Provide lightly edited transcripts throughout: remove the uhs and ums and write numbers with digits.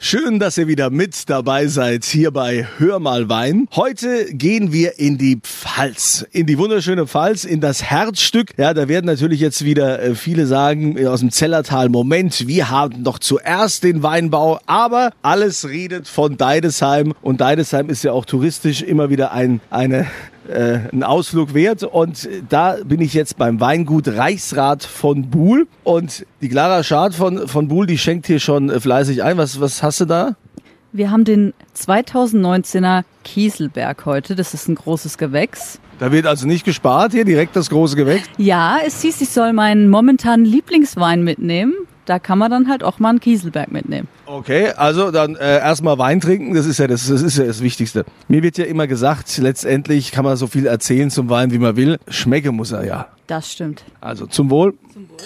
Schön, dass ihr wieder mit dabei seid hier bei Hör mal Wein. Heute gehen wir in die Pfalz, in die wunderschöne Pfalz, in das Herzstück. Ja, da werden natürlich jetzt wieder viele sagen aus dem Zellertal, Moment, wir haben doch zuerst den Weinbau, aber alles redet von Deidesheim und Deidesheim ist ja auch touristisch immer wieder ein Ausflug wert und da bin ich jetzt beim Weingut Reichsrath von Buhl und die Clara Schad von Buhl, die schenkt hier schon fleißig ein. Was hast du da? Wir haben den 2019er Kieselberg heute, das ist ein großes Gewächs. Da wird also nicht gespart, hier direkt das große Gewächs? Ja, es hieß, ich soll meinen momentanen Lieblingswein mitnehmen. Da kann man dann halt auch mal einen Kieselberg mitnehmen. Okay, also dann erstmal Wein trinken, das ist ja das Wichtigste. Mir wird ja immer gesagt, letztendlich kann man so viel erzählen zum Wein, wie man will. Schmecken muss er ja. Das stimmt. Also zum Wohl. Zum Wohl.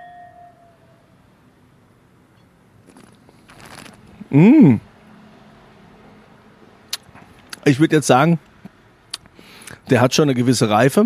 Ich würde jetzt sagen, der hat schon eine gewisse Reife,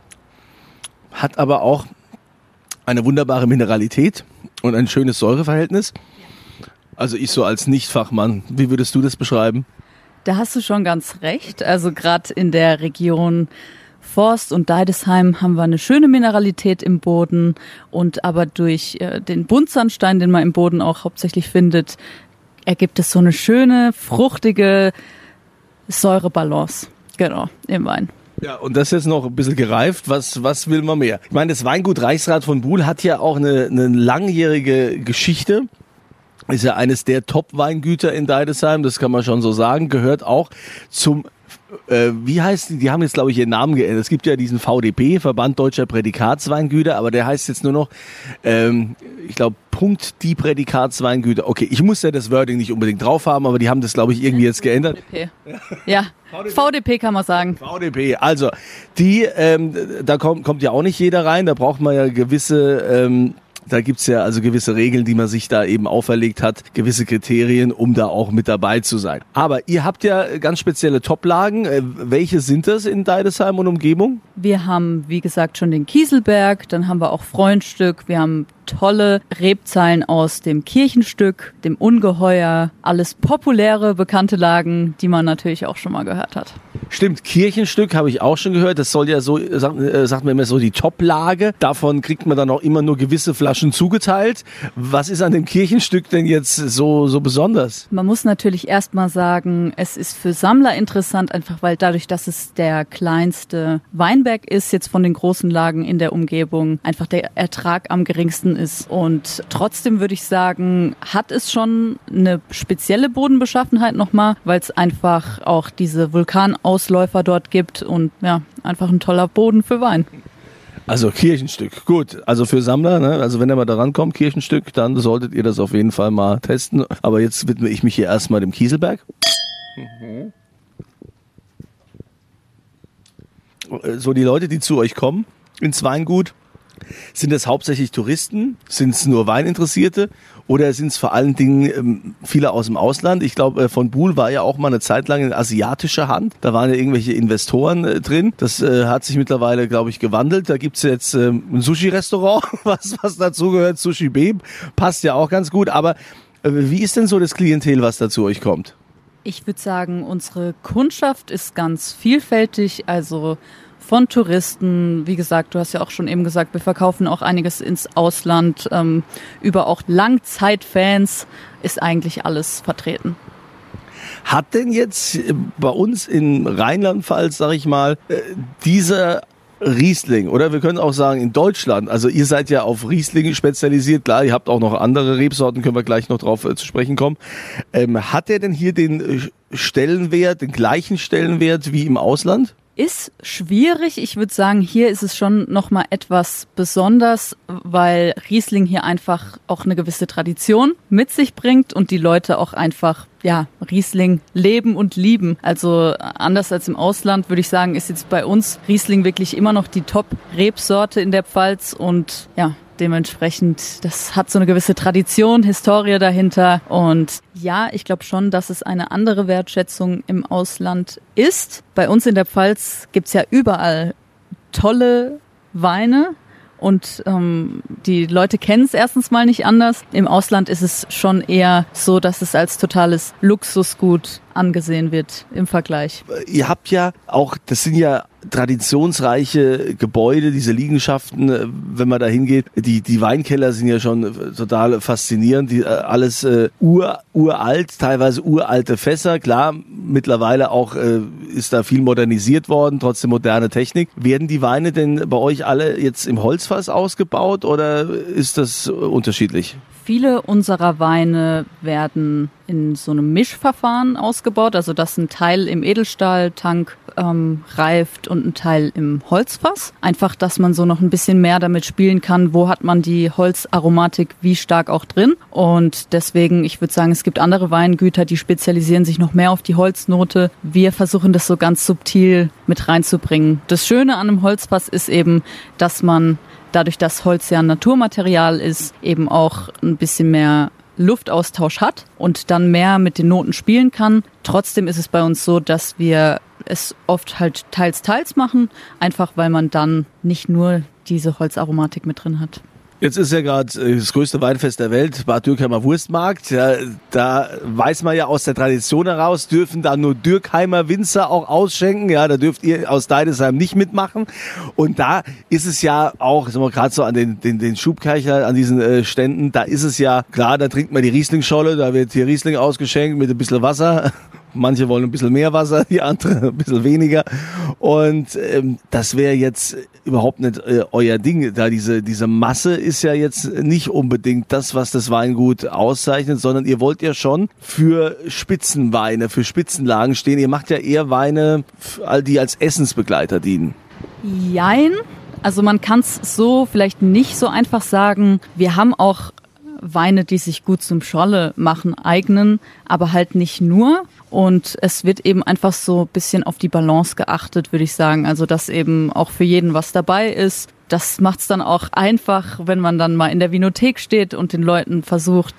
hat aber auch eine wunderbare Mineralität und ein schönes Säureverhältnis. Also ich so als Nicht-Fachmann, wie würdest du das beschreiben? Da hast du schon ganz recht. Also gerade in der Region Forst und Deidesheim haben wir eine schöne Mineralität im Boden und aber durch den Buntsandstein, den man im Boden auch hauptsächlich findet, ergibt es so eine schöne, fruchtige Säurebalance. Genau, im Wein. Ja, und das ist jetzt noch ein bisschen gereift. Was will man mehr? Ich meine, das Weingut Reichsrath von Buhl hat ja auch eine langjährige Geschichte. Ist ja eines der Top-Weingüter in Deidesheim, das kann man schon so sagen. Gehört auch zum, wie heißt die haben jetzt, glaube ich, ihren Namen geändert. Es gibt ja diesen VDP, Verband Deutscher Prädikatsweingüter, aber der heißt jetzt nur noch, ich glaube, Punkt die Prädikatsweingüter. Okay, ich muss ja das Wording nicht unbedingt drauf haben, aber die haben das, glaube ich, irgendwie jetzt geändert. VDP. Ja, VDP kann man sagen. VDP, also die, da kommt ja auch nicht jeder rein, da braucht man ja gewisse, da gibt's ja also gewisse Regeln, die man sich da eben auferlegt hat, gewisse Kriterien, um da auch mit dabei zu sein. Aber ihr habt ja ganz spezielle Toplagen. Welche sind das in Deidesheim und Umgebung? Wir haben, wie gesagt, schon den Kieselberg, dann haben wir auch Freundstück, wir haben tolle Rebzeilen aus dem Kirchenstück, dem Ungeheuer, alles populäre, bekannte Lagen, die man natürlich auch schon mal gehört hat. Stimmt, Kirchenstück habe ich auch schon gehört. Das soll ja so, sagt man immer so, die Top-Lage. Davon kriegt man dann auch immer nur gewisse Flaschen zugeteilt. Was ist an dem Kirchenstück denn jetzt so besonders? Man muss natürlich erstmal sagen, es ist für Sammler interessant, einfach weil dadurch, dass es der kleinste Weinberg ist, jetzt von den großen Lagen in der Umgebung, einfach der Ertrag am geringsten ist. Und trotzdem würde ich sagen, hat es schon eine spezielle Bodenbeschaffenheit nochmal, weil es einfach auch diese Vulkanausläufer dort gibt und ja, einfach ein toller Boden für Wein. Also Kirchenstück, gut. Also für Sammler, ne? Also wenn ihr mal da rankommt, Kirchenstück, dann solltet ihr das auf jeden Fall mal testen. Aber jetzt widme ich mich hier erstmal dem Kieselberg. So die Leute, die zu euch kommen ins Weingut, sind das hauptsächlich Touristen? Sind es nur Weininteressierte? Oder sind es vor allen Dingen viele aus dem Ausland? Ich glaube, von Buhl war ja auch mal eine Zeit lang in asiatischer Hand. Da waren ja irgendwelche Investoren drin. Das hat sich mittlerweile, glaube ich, gewandelt. Da gibt's jetzt ein Sushi-Restaurant, was dazu gehört. Sushi B passt ja auch ganz gut. Aber wie ist denn so das Klientel, was da zu euch kommt? Ich würde sagen, unsere Kundschaft ist ganz vielfältig. Also von Touristen, wie gesagt, du hast ja auch schon eben gesagt, wir verkaufen auch einiges ins Ausland, über auch Langzeitfans ist eigentlich alles vertreten. Hat denn jetzt bei uns in Rheinland-Pfalz, sag ich mal, dieser Riesling, oder wir können auch sagen in Deutschland, also ihr seid ja auf Riesling spezialisiert, klar, ihr habt auch noch andere Rebsorten, können wir gleich noch drauf zu sprechen kommen. Hat der denn hier den Stellenwert, den gleichen Stellenwert wie im Ausland? Ist schwierig. Ich würde sagen, hier ist es schon nochmal etwas besonders, weil Riesling hier einfach auch eine gewisse Tradition mit sich bringt und die Leute auch einfach, ja, Riesling leben und lieben. Also anders als im Ausland würde ich sagen, ist jetzt bei uns Riesling wirklich immer noch die Top-Rebsorte in der Pfalz und ja, dementsprechend, das hat so eine gewisse Tradition, Historie dahinter. Und ja, ich glaube schon, dass es eine andere Wertschätzung im Ausland ist. Bei uns in der Pfalz gibt's ja überall tolle Weine und die Leute kennen es erstens mal nicht anders. Im Ausland ist es schon eher so, dass es als totales Luxusgut angesehen wird im Vergleich. Ihr habt ja auch, das sind ja traditionsreiche Gebäude, diese Liegenschaften, wenn man da hingeht. Die Weinkeller sind ja schon total faszinierend. Alles uralt, teilweise uralte Fässer. Klar, mittlerweile auch ist da viel modernisiert worden, trotzdem moderne Technik. Werden die Weine denn bei euch alle jetzt im Holzfass ausgebaut oder ist das unterschiedlich? Viele unserer Weine werden in so einem Mischverfahren ausgebaut, also dass ein Teil im Edelstahltank reift und ein Teil im Holzfass. Einfach, dass man so noch ein bisschen mehr damit spielen kann, wo hat man die Holzaromatik wie stark auch drin. Und deswegen, ich würde sagen, es gibt andere Weingüter, die spezialisieren sich noch mehr auf die Holznote. Wir versuchen das so ganz subtil mit reinzubringen. Das Schöne an einem Holzfass ist eben, dass man dadurch, dass Holz ja ein Naturmaterial ist, eben auch ein bisschen mehr Luftaustausch hat und dann mehr mit den Noten spielen kann. Trotzdem ist es bei uns so, dass wir es oft halt teils machen, einfach weil man dann nicht nur diese Holzaromatik mit drin hat. Jetzt ist ja gerade das größte Weinfest der Welt, Bad Dürkheimer Wurstmarkt. Ja, da weiß man ja aus der Tradition heraus, dürfen da nur Dürkheimer Winzer auch ausschenken. Ja, da dürft ihr aus Deidesheim nicht mitmachen. Und da ist es ja auch, sagen wir gerade so an den Schubkercher, an diesen Ständen, da ist es ja klar, da trinkt man die Rieslingscholle, da wird hier Riesling ausgeschenkt mit ein bisschen Wasser. Manche wollen ein bisschen mehr Wasser, die anderen ein bisschen weniger. Und das wäre jetzt überhaupt nicht euer Ding. Da diese Masse ist ja jetzt nicht unbedingt das, was das Weingut auszeichnet, sondern ihr wollt ja schon für Spitzenweine, für Spitzenlagen stehen. Ihr macht ja eher Weine, die als Essensbegleiter dienen. Jein. Also man kann es so vielleicht nicht so einfach sagen. Wir haben auch Weine, die sich gut zum Scholle machen, eignen, aber halt nicht nur. Und es wird eben einfach so ein bisschen auf die Balance geachtet, würde ich sagen. Also dass eben auch für jeden was dabei ist. Das macht es dann auch einfach, wenn man dann mal in der Vinothek steht und den Leuten versucht,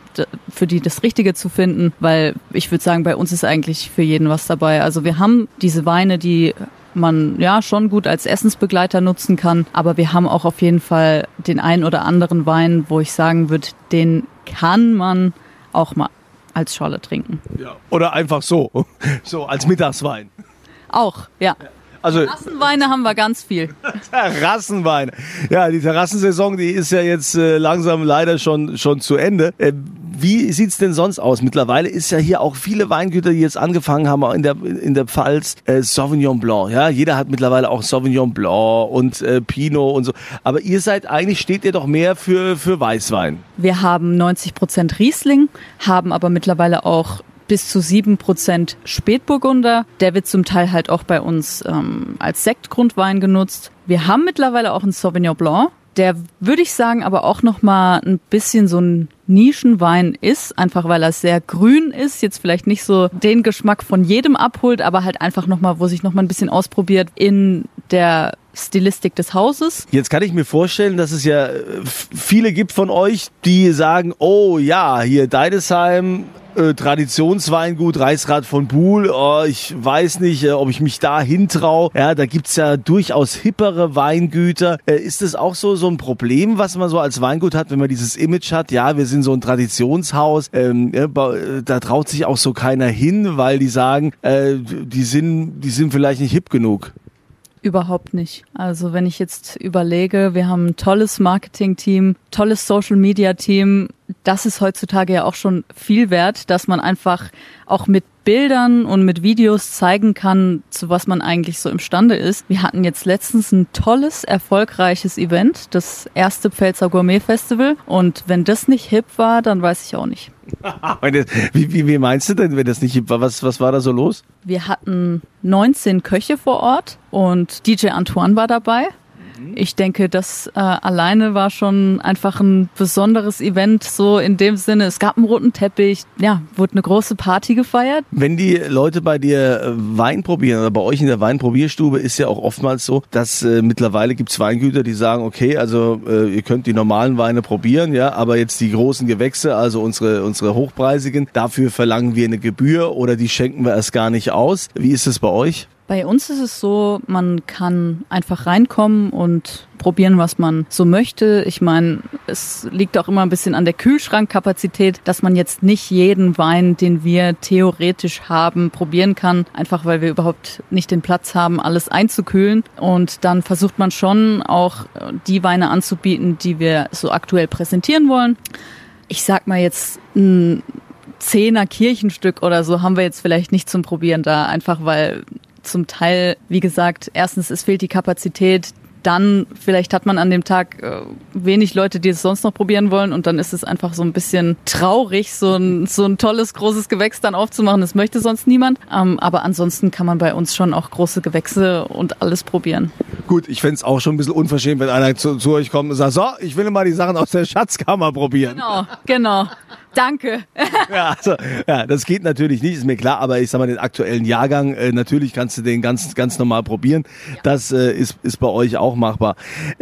für die das Richtige zu finden. Weil ich würde sagen, bei uns ist eigentlich für jeden was dabei. Also wir haben diese Weine, die man ja schon gut als Essensbegleiter nutzen kann. Aber wir haben auch auf jeden Fall den ein oder anderen Wein, wo ich sagen würde, den kann man auch mal als Scholle trinken. Ja. Oder einfach so als Mittagswein. Auch, ja. Also Terrassenweine haben wir ganz viel. Terrassenweine. Ja, die Terrassensaison, die ist ja jetzt langsam leider schon zu Ende. Wie sieht's denn sonst aus? Mittlerweile ist ja hier auch viele Weingüter, die jetzt angefangen haben in der Pfalz, Sauvignon Blanc. Ja, jeder hat mittlerweile auch Sauvignon Blanc und Pinot und so. Aber steht ihr doch mehr für Weißwein. Wir haben 90% Riesling, haben aber mittlerweile auch bis zu 7% Spätburgunder. Der wird zum Teil halt auch bei uns als Sektgrundwein genutzt. Wir haben mittlerweile auch einen Sauvignon Blanc. Der, würde ich sagen, aber auch nochmal ein bisschen so ein Nischenwein ist, einfach weil er sehr grün ist, jetzt vielleicht nicht so den Geschmack von jedem abholt, aber halt einfach nochmal, wo sich nochmal ein bisschen ausprobiert in der Stilistik des Hauses. Jetzt kann ich mir vorstellen, dass es ja viele gibt von euch, die sagen, oh ja, hier Deidesheim, Traditionsweingut, Reichsrat von Buhl, ich weiß nicht, ob ich mich da hintraue. Ja, da gibt's ja durchaus hippere Weingüter. Ist das auch so ein Problem, was man so als Weingut hat, wenn man dieses Image hat? Ja, wir sind so ein Traditionshaus. Da traut sich auch so keiner hin, weil die sagen, die sind vielleicht nicht hip genug. Überhaupt nicht. Also wenn ich jetzt überlege, wir haben ein tolles Marketing-Team, tolles Social-Media-Team. Das ist heutzutage ja auch schon viel wert, dass man einfach auch mit Bildern und mit Videos zeigen kann, zu was man eigentlich so imstande ist. Wir hatten jetzt letztens ein tolles, erfolgreiches Event, das erste Pfälzer Gourmet Festival. Und wenn das nicht hip war, dann weiß ich auch nicht. Wie meinst du denn, wenn das nicht hip war? Was war da so los? Wir hatten 19 Köche vor Ort und DJ Antoine war dabei. Ich denke, das alleine war schon einfach ein besonderes Event, so in dem Sinne. Es gab einen roten Teppich, ja, wurde eine große Party gefeiert. Wenn die Leute bei dir Wein probieren oder bei euch in der Weinprobierstube, ist ja auch oftmals so, dass mittlerweile gibt's Weingüter, die sagen, okay, also ihr könnt die normalen Weine probieren, ja, aber jetzt die großen Gewächse, also unsere hochpreisigen, dafür verlangen wir eine Gebühr oder die schenken wir erst gar nicht aus. Wie ist es bei euch? Bei uns ist es so, man kann einfach reinkommen und probieren, was man so möchte. Ich meine, es liegt auch immer ein bisschen an der Kühlschrankkapazität, dass man jetzt nicht jeden Wein, den wir theoretisch haben, probieren kann, einfach weil wir überhaupt nicht den Platz haben, alles einzukühlen. Und dann versucht man schon auch die Weine anzubieten, die wir so aktuell präsentieren wollen. Ich sag mal jetzt ein 10er Kirchenstück oder so haben wir jetzt vielleicht nicht zum Probieren da, einfach weil zum Teil, wie gesagt, erstens, es fehlt die Kapazität, dann vielleicht hat man an dem Tag wenig Leute, die es sonst noch probieren wollen und dann ist es einfach so ein bisschen traurig, so ein tolles, großes Gewächs dann aufzumachen. Das möchte sonst niemand. Aber ansonsten kann man bei uns schon auch große Gewächse und alles probieren. Gut, ich fände es auch schon ein bisschen unverschämt, wenn einer zu euch kommt und sagt, so, ich will mal die Sachen aus der Schatzkammer probieren. Genau. Danke. Ja, das geht natürlich nicht, ist mir klar, aber ich sag mal, den aktuellen Jahrgang, natürlich kannst du den ganz normal probieren. Ja. Das ist bei euch auch machbar.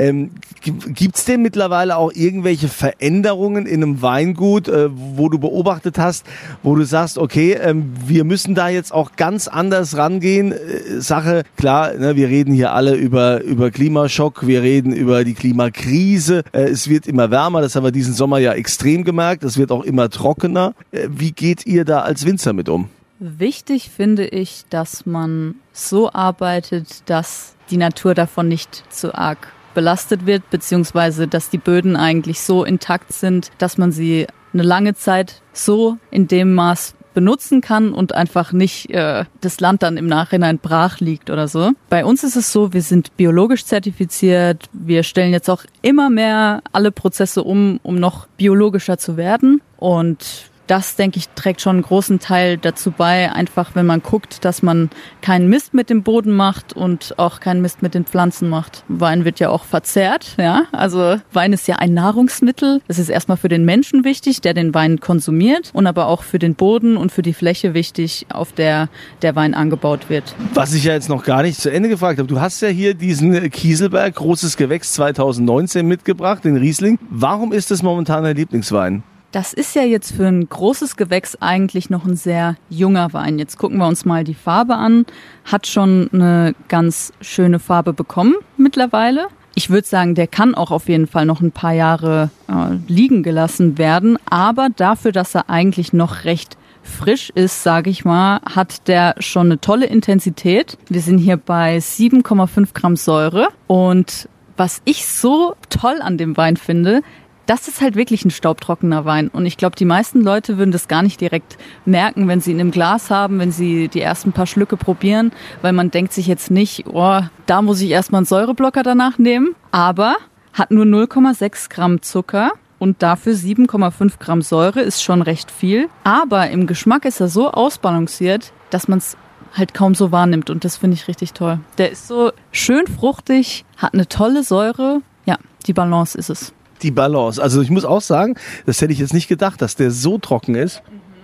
Gibt's denn mittlerweile auch irgendwelche Veränderungen in einem Weingut, wo du beobachtet hast, wo du sagst, okay, wir müssen da jetzt auch ganz anders rangehen? Sache, klar, ne, wir reden hier alle über Klimaschock, wir reden über die Klimakrise, es wird immer wärmer, das haben wir diesen Sommer ja extrem gemerkt, es wird auch immer trockener. Wie geht ihr da als Winzer mit um? Wichtig finde ich, dass man so arbeitet, dass die Natur davon nicht zu arg belastet wird, beziehungsweise dass die Böden eigentlich so intakt sind, dass man sie eine lange Zeit so in dem Maß benutzen kann und einfach nicht das Land dann im Nachhinein brach liegt oder so. Bei uns ist es so, wir sind biologisch zertifiziert, wir stellen jetzt auch immer mehr alle Prozesse um noch biologischer zu werden und das, denke ich, trägt schon einen großen Teil dazu bei, einfach wenn man guckt, dass man keinen Mist mit dem Boden macht und auch keinen Mist mit den Pflanzen macht. Wein wird ja auch verzehrt, ja. Also Wein ist ja ein Nahrungsmittel. Es ist erstmal für den Menschen wichtig, der den Wein konsumiert und aber auch für den Boden und für die Fläche wichtig, auf der der Wein angebaut wird. Was ich ja jetzt noch gar nicht zu Ende gefragt habe, du hast ja hier diesen Kieselberg, großes Gewächs 2019 mitgebracht, den Riesling. Warum ist das momentan dein Lieblingswein? Das ist ja jetzt für ein großes Gewächs eigentlich noch ein sehr junger Wein. Jetzt gucken wir uns mal die Farbe an. Hat schon eine ganz schöne Farbe bekommen mittlerweile. Ich würde sagen, der kann auch auf jeden Fall noch ein paar Jahre liegen gelassen werden. Aber dafür, dass er eigentlich noch recht frisch ist, sage ich mal, hat der schon eine tolle Intensität. Wir sind hier bei 7,5 Gramm Säure. Und was ich so toll an dem Wein finde, das ist halt wirklich ein staubtrockener Wein. Und ich glaube, die meisten Leute würden das gar nicht direkt merken, wenn sie ihn im Glas haben, wenn sie die ersten paar Schlücke probieren, weil man denkt sich jetzt nicht, oh, da muss ich erstmal einen Säureblocker danach nehmen. Aber hat nur 0,6 Gramm Zucker und dafür 7,5 Gramm Säure, ist schon recht viel. Aber im Geschmack ist er so ausbalanciert, dass man es halt kaum so wahrnimmt. Und das finde ich richtig toll. Der ist so schön fruchtig, hat eine tolle Säure. Ja, die Balance ist es. Die Balance. Also ich muss auch sagen, das hätte ich jetzt nicht gedacht, dass der so trocken ist.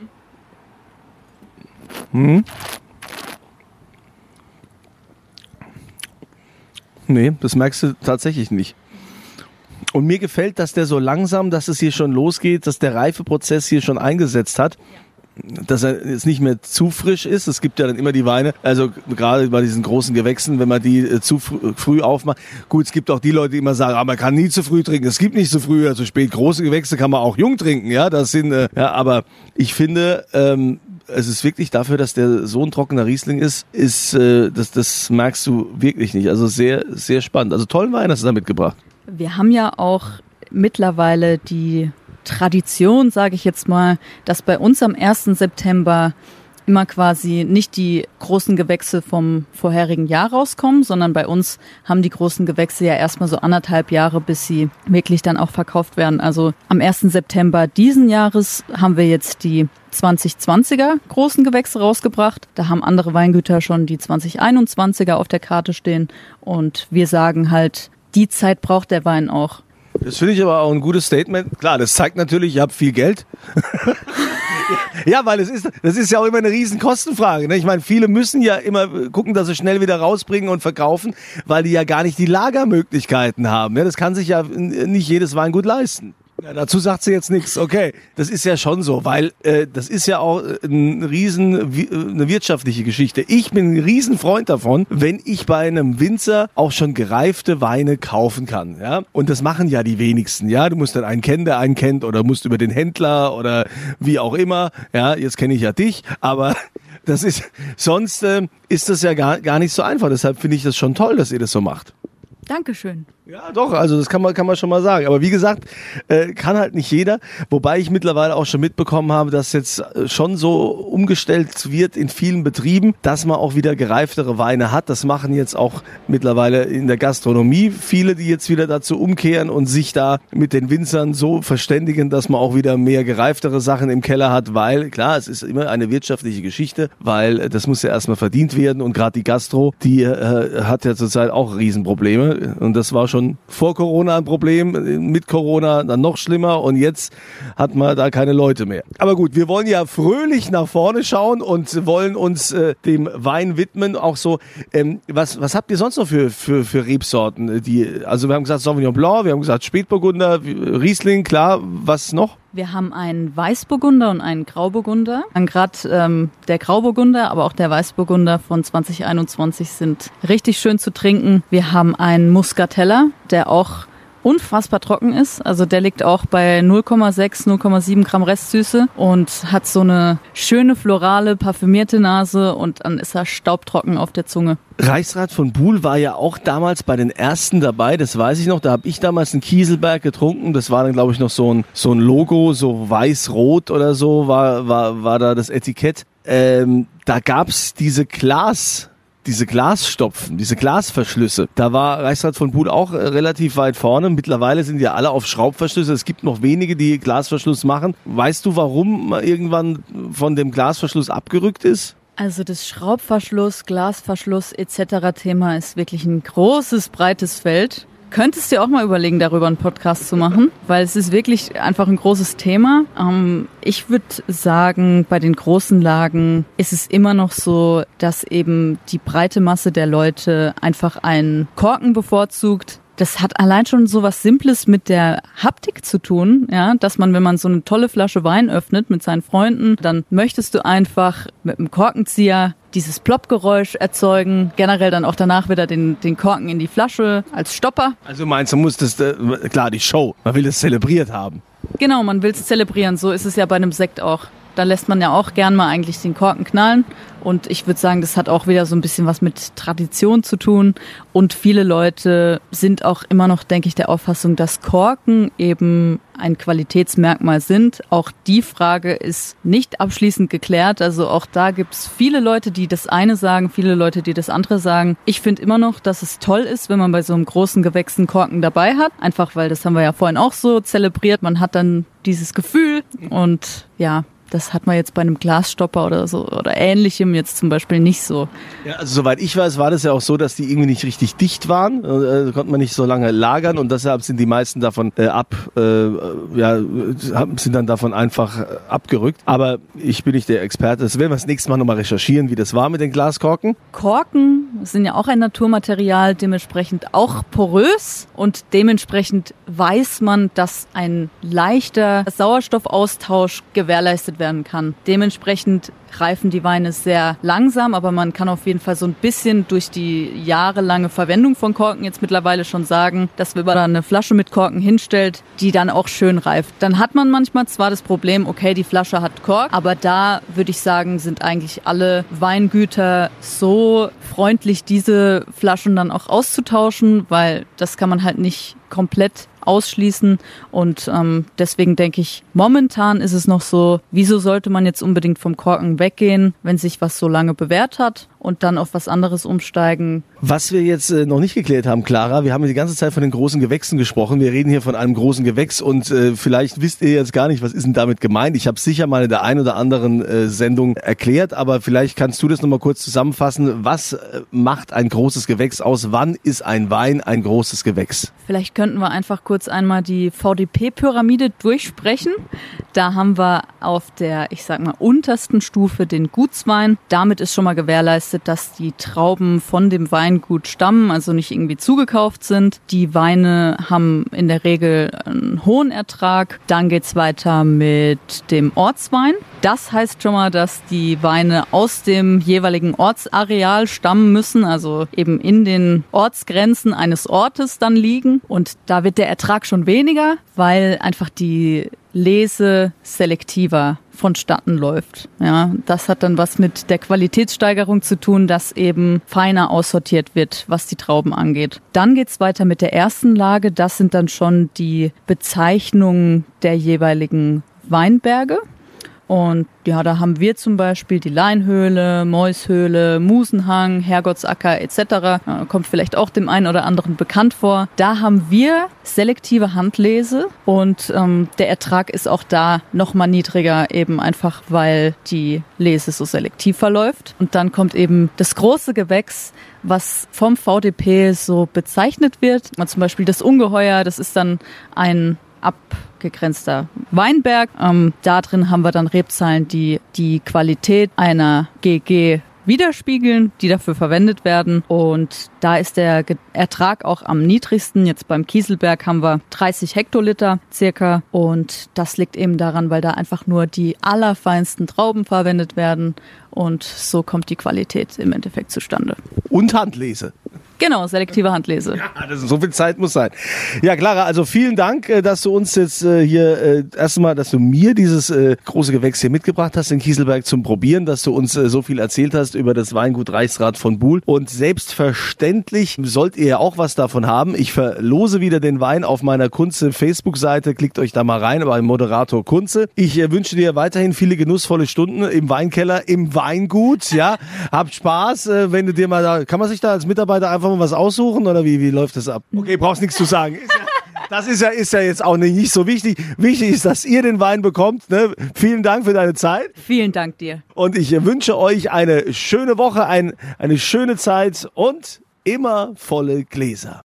Nee, das merkst du tatsächlich nicht. Und mir gefällt, dass der so langsam, dass es hier schon losgeht, dass der Reifeprozess hier schon eingesetzt hat. Dass er jetzt nicht mehr zu frisch ist. Es gibt ja dann immer die Weine, also gerade bei diesen großen Gewächsen, wenn man die zu früh aufmacht. Gut, es gibt auch die Leute, die immer sagen, man kann nie zu früh trinken. Es gibt nicht zu früh, also spät. Große Gewächse kann man auch jung trinken, ja. Das sind, aber ich finde, es ist wirklich dafür, dass der so ein trockener Riesling ist, das merkst du wirklich nicht. Also sehr, sehr spannend. Also tollen Wein hast du da mitgebracht. Wir haben ja auch mittlerweile die Tradition, sage ich jetzt mal, dass bei uns am 1. September immer quasi nicht die großen Gewächse vom vorherigen Jahr rauskommen, sondern bei uns haben die großen Gewächse ja erstmal so 1,5 Jahre, bis sie wirklich dann auch verkauft werden. Also am 1. September diesen Jahres haben wir jetzt die 2020er großen Gewächse rausgebracht. Da haben andere Weingüter schon die 2021er auf der Karte stehen und wir sagen halt, die Zeit braucht der Wein auch. Das finde ich aber auch ein gutes Statement. Klar, das zeigt natürlich, ihr habt viel Geld. Ja, weil das ist ja auch immer eine riesen Kostenfrage. Ne? Ich meine, viele müssen ja immer gucken, dass sie schnell wieder rausbringen und verkaufen, weil die ja gar nicht die Lagermöglichkeiten haben. Ne? Das kann sich ja nicht jedes Weingut leisten. Ja, dazu sagt sie jetzt nichts. Okay, das ist ja schon so, weil das ist ja auch eine wirtschaftliche Geschichte. Ich bin ein Riesenfreund davon, wenn ich bei einem Winzer auch schon gereifte Weine kaufen kann. Ja, und das machen ja die wenigsten. Ja, du musst dann einen kennen, der einen kennt, oder musst über den Händler oder wie auch immer. Ja, jetzt kenne ich ja dich, aber das ist sonst ist das ja gar nicht so einfach. Deshalb finde ich das schon toll, dass ihr das so macht. Dankeschön. Ja, doch, also das kann man schon mal sagen. Aber wie gesagt, kann halt nicht jeder. Wobei ich mittlerweile auch schon mitbekommen habe, dass jetzt schon so umgestellt wird in vielen Betrieben, dass man auch wieder gereiftere Weine hat. Das machen jetzt auch mittlerweile in der Gastronomie viele, die jetzt wieder dazu umkehren und sich da mit den Winzern so verständigen, dass man auch wieder mehr gereiftere Sachen im Keller hat. Weil, klar, es ist immer eine wirtschaftliche Geschichte, weil das muss ja erstmal verdient werden. Und gerade die Gastro, die hat ja zurzeit auch Riesenprobleme. Und das war schon vor Corona ein Problem, mit Corona dann noch schlimmer und jetzt hat man da keine Leute mehr. Aber gut, wir wollen ja fröhlich nach vorne schauen und wollen uns dem Wein widmen. Auch so, was habt ihr sonst noch für Rebsorten? Also wir haben gesagt Sauvignon Blanc, wir haben gesagt Spätburgunder, Riesling, klar, was noch? Wir haben einen Weißburgunder und einen Grauburgunder. Gerade der Grauburgunder, aber auch der Weißburgunder von 2021 sind richtig schön zu trinken. Wir haben einen Muscatella, der auch unfassbar trocken ist. Also der liegt auch bei 0,6, 0,7 Gramm Restsüße und hat so eine schöne florale, parfümierte Nase und dann ist er staubtrocken auf der Zunge. Reichsrat von Buhl war ja auch damals bei den ersten dabei, das weiß ich noch. Da habe ich damals einen Kieselberg getrunken. Das war dann, glaube ich, noch so ein Logo, so weiß-rot oder so war da das Etikett. Da gab's diese Glasstopfen, diese Glasverschlüsse. Da war Reichsrat von Buhl auch relativ weit vorne. Mittlerweile sind ja alle auf Schraubverschlüsse. Es gibt noch wenige, die Glasverschluss machen. Weißt du, warum man irgendwann von dem Glasverschluss abgerückt ist? Also das Schraubverschluss, Glasverschluss etc. Thema ist wirklich ein großes, breites Feld. Könntest du dir auch mal überlegen, darüber einen Podcast zu machen, weil es ist wirklich einfach ein großes Thema. Ich würde sagen, bei den großen Lagen ist es immer noch so, dass eben die breite Masse der Leute einfach einen Korken bevorzugt. Das hat allein schon so was Simples mit der Haptik zu tun, ja, dass man, wenn man so eine tolle Flasche Wein öffnet mit seinen Freunden, dann möchtest du einfach mit einem Korkenzieher dieses Plopp-Geräusch erzeugen, generell dann auch danach wieder den Korken in die Flasche als Stopper. Also meinst du, muss das, klar, die Show, man will das zelebriert haben. Genau, man will es zelebrieren, so ist es ja bei einem Sekt auch. Da lässt man ja auch gern mal eigentlich den Korken knallen. Und ich würde sagen, das hat auch wieder so ein bisschen was mit Tradition zu tun. Und viele Leute sind auch immer noch, denke ich, der Auffassung, dass Korken eben ein Qualitätsmerkmal sind. Auch die Frage ist nicht abschließend geklärt. Also auch da gibt's viele Leute, die das eine sagen, viele Leute, die das andere sagen. Ich finde immer noch, dass es toll ist, wenn man bei so einem großen Gewächs einen Korken dabei hat. Einfach, weil das haben wir ja vorhin auch so zelebriert. Man hat dann dieses Gefühl und ja, das hat man jetzt bei einem Glasstopper oder so oder Ähnlichem jetzt zum Beispiel nicht so. Ja, also soweit ich weiß, war das ja auch so, dass die irgendwie nicht richtig dicht waren. Konnte man nicht so lange lagern und deshalb sind die meisten davon sind dann davon einfach abgerückt. Aber ich bin nicht der Experte. Das werden wir das nächste Mal nochmal recherchieren, wie das war mit den Glaskorken. Korken sind ja auch ein Naturmaterial, dementsprechend auch porös und dementsprechend weiß man, dass ein leichter Sauerstoffaustausch gewährleistet werden kann. Dementsprechend reifen die Weine sehr langsam, aber man kann auf jeden Fall so ein bisschen durch die jahrelange Verwendung von Korken jetzt mittlerweile schon sagen, dass wenn man da eine Flasche mit Korken hinstellt, die dann auch schön reift. Dann hat man manchmal zwar das Problem, okay, die Flasche hat Kork, aber da würde ich sagen, sind eigentlich alle Weingüter so freundlich, diese Flaschen dann auch auszutauschen, weil das kann man halt nicht komplett ausschließen und deswegen denke ich, momentan ist es noch so, wieso sollte man jetzt unbedingt vom Korken weggehen, wenn sich was so lange bewährt hat und dann auf was anderes umsteigen. Was wir jetzt noch nicht geklärt haben, Clara, wir haben die ganze Zeit von den großen Gewächsen gesprochen, wir reden hier von einem großen Gewächs und vielleicht wisst ihr jetzt gar nicht, was ist denn damit gemeint. Ich habe sicher mal in der einen oder anderen Sendung erklärt, aber vielleicht kannst du das nochmal kurz zusammenfassen. Was macht ein großes Gewächs aus? Wann ist ein Wein ein großes Gewächs? Vielleicht könnten wir einfach kurz einmal die VDP-Pyramide durchsprechen. Da haben wir auf der, ich sag mal, untersten Stufe den Gutswein. Damit ist schon mal gewährleistet, gewährleistet, dass die Trauben von dem Weingut stammen, also nicht irgendwie zugekauft sind. Die Weine haben in der Regel einen hohen Ertrag. Dann geht's weiter mit dem Ortswein. Das heißt schon mal, dass die Weine aus dem jeweiligen Ortsareal stammen müssen, also eben in den Ortsgrenzen eines Ortes dann liegen. Und da wird der Ertrag schon weniger, weil einfach die Lese selektiver vonstatten läuft. Ja, das hat dann was mit der Qualitätssteigerung zu tun, dass eben feiner aussortiert wird, was die Trauben angeht. Dann geht's weiter mit der ersten Lage. Das sind dann schon die Bezeichnungen der jeweiligen Weinberge. Und ja, da haben wir zum Beispiel die Leinhöhle, Mäushöhle, Musenhang, Herrgottsacker etc. Kommt vielleicht auch dem einen oder anderen bekannt vor. Da haben wir selektive Handlese und der Ertrag ist auch da nochmal niedriger, eben einfach weil die Lese so selektiv verläuft. Und dann kommt eben das große Gewächs, was vom VDP so bezeichnet wird. Zum Beispiel das Ungeheuer, das ist dann ein abgegrenzter Weinberg. Da drin haben wir dann Rebzahlen, die die Qualität einer GG widerspiegeln, die dafür verwendet werden. Und da ist der Ertrag auch am niedrigsten. Jetzt beim Kieselberg haben wir 30 Hektoliter circa. Und das liegt eben daran, weil da einfach nur die allerfeinsten Trauben verwendet werden. Und so kommt die Qualität im Endeffekt zustande. Und Handlese. Genau, selektive Handlese. Ja, so viel Zeit muss sein. Ja, Clara, also vielen Dank, dass du uns jetzt hier erstmal, dass du mir dieses große Gewächs hier mitgebracht hast, den Kieselberg zum Probieren, dass du uns so viel erzählt hast über das Weingut Reichsrath von Buhl. Und selbstverständlich sollt ihr ja auch was davon haben. Ich verlose wieder den Wein auf meiner Kunze Facebook-Seite. Klickt euch da mal rein, beim Moderator Kunze. Ich wünsche dir weiterhin viele genussvolle Stunden im Weinkeller, im Weingut. Ja, habt Spaß, wenn du dir mal da, kann man sich da als Mitarbeiter einfach mal was aussuchen oder wie läuft das ab? Okay, brauchst nichts zu sagen. Das ist ja jetzt auch nicht so wichtig. Wichtig ist, dass ihr den Wein bekommt. Ne? Vielen Dank für deine Zeit. Vielen Dank dir. Und ich wünsche euch eine schöne Woche, eine schöne Zeit und immer volle Gläser.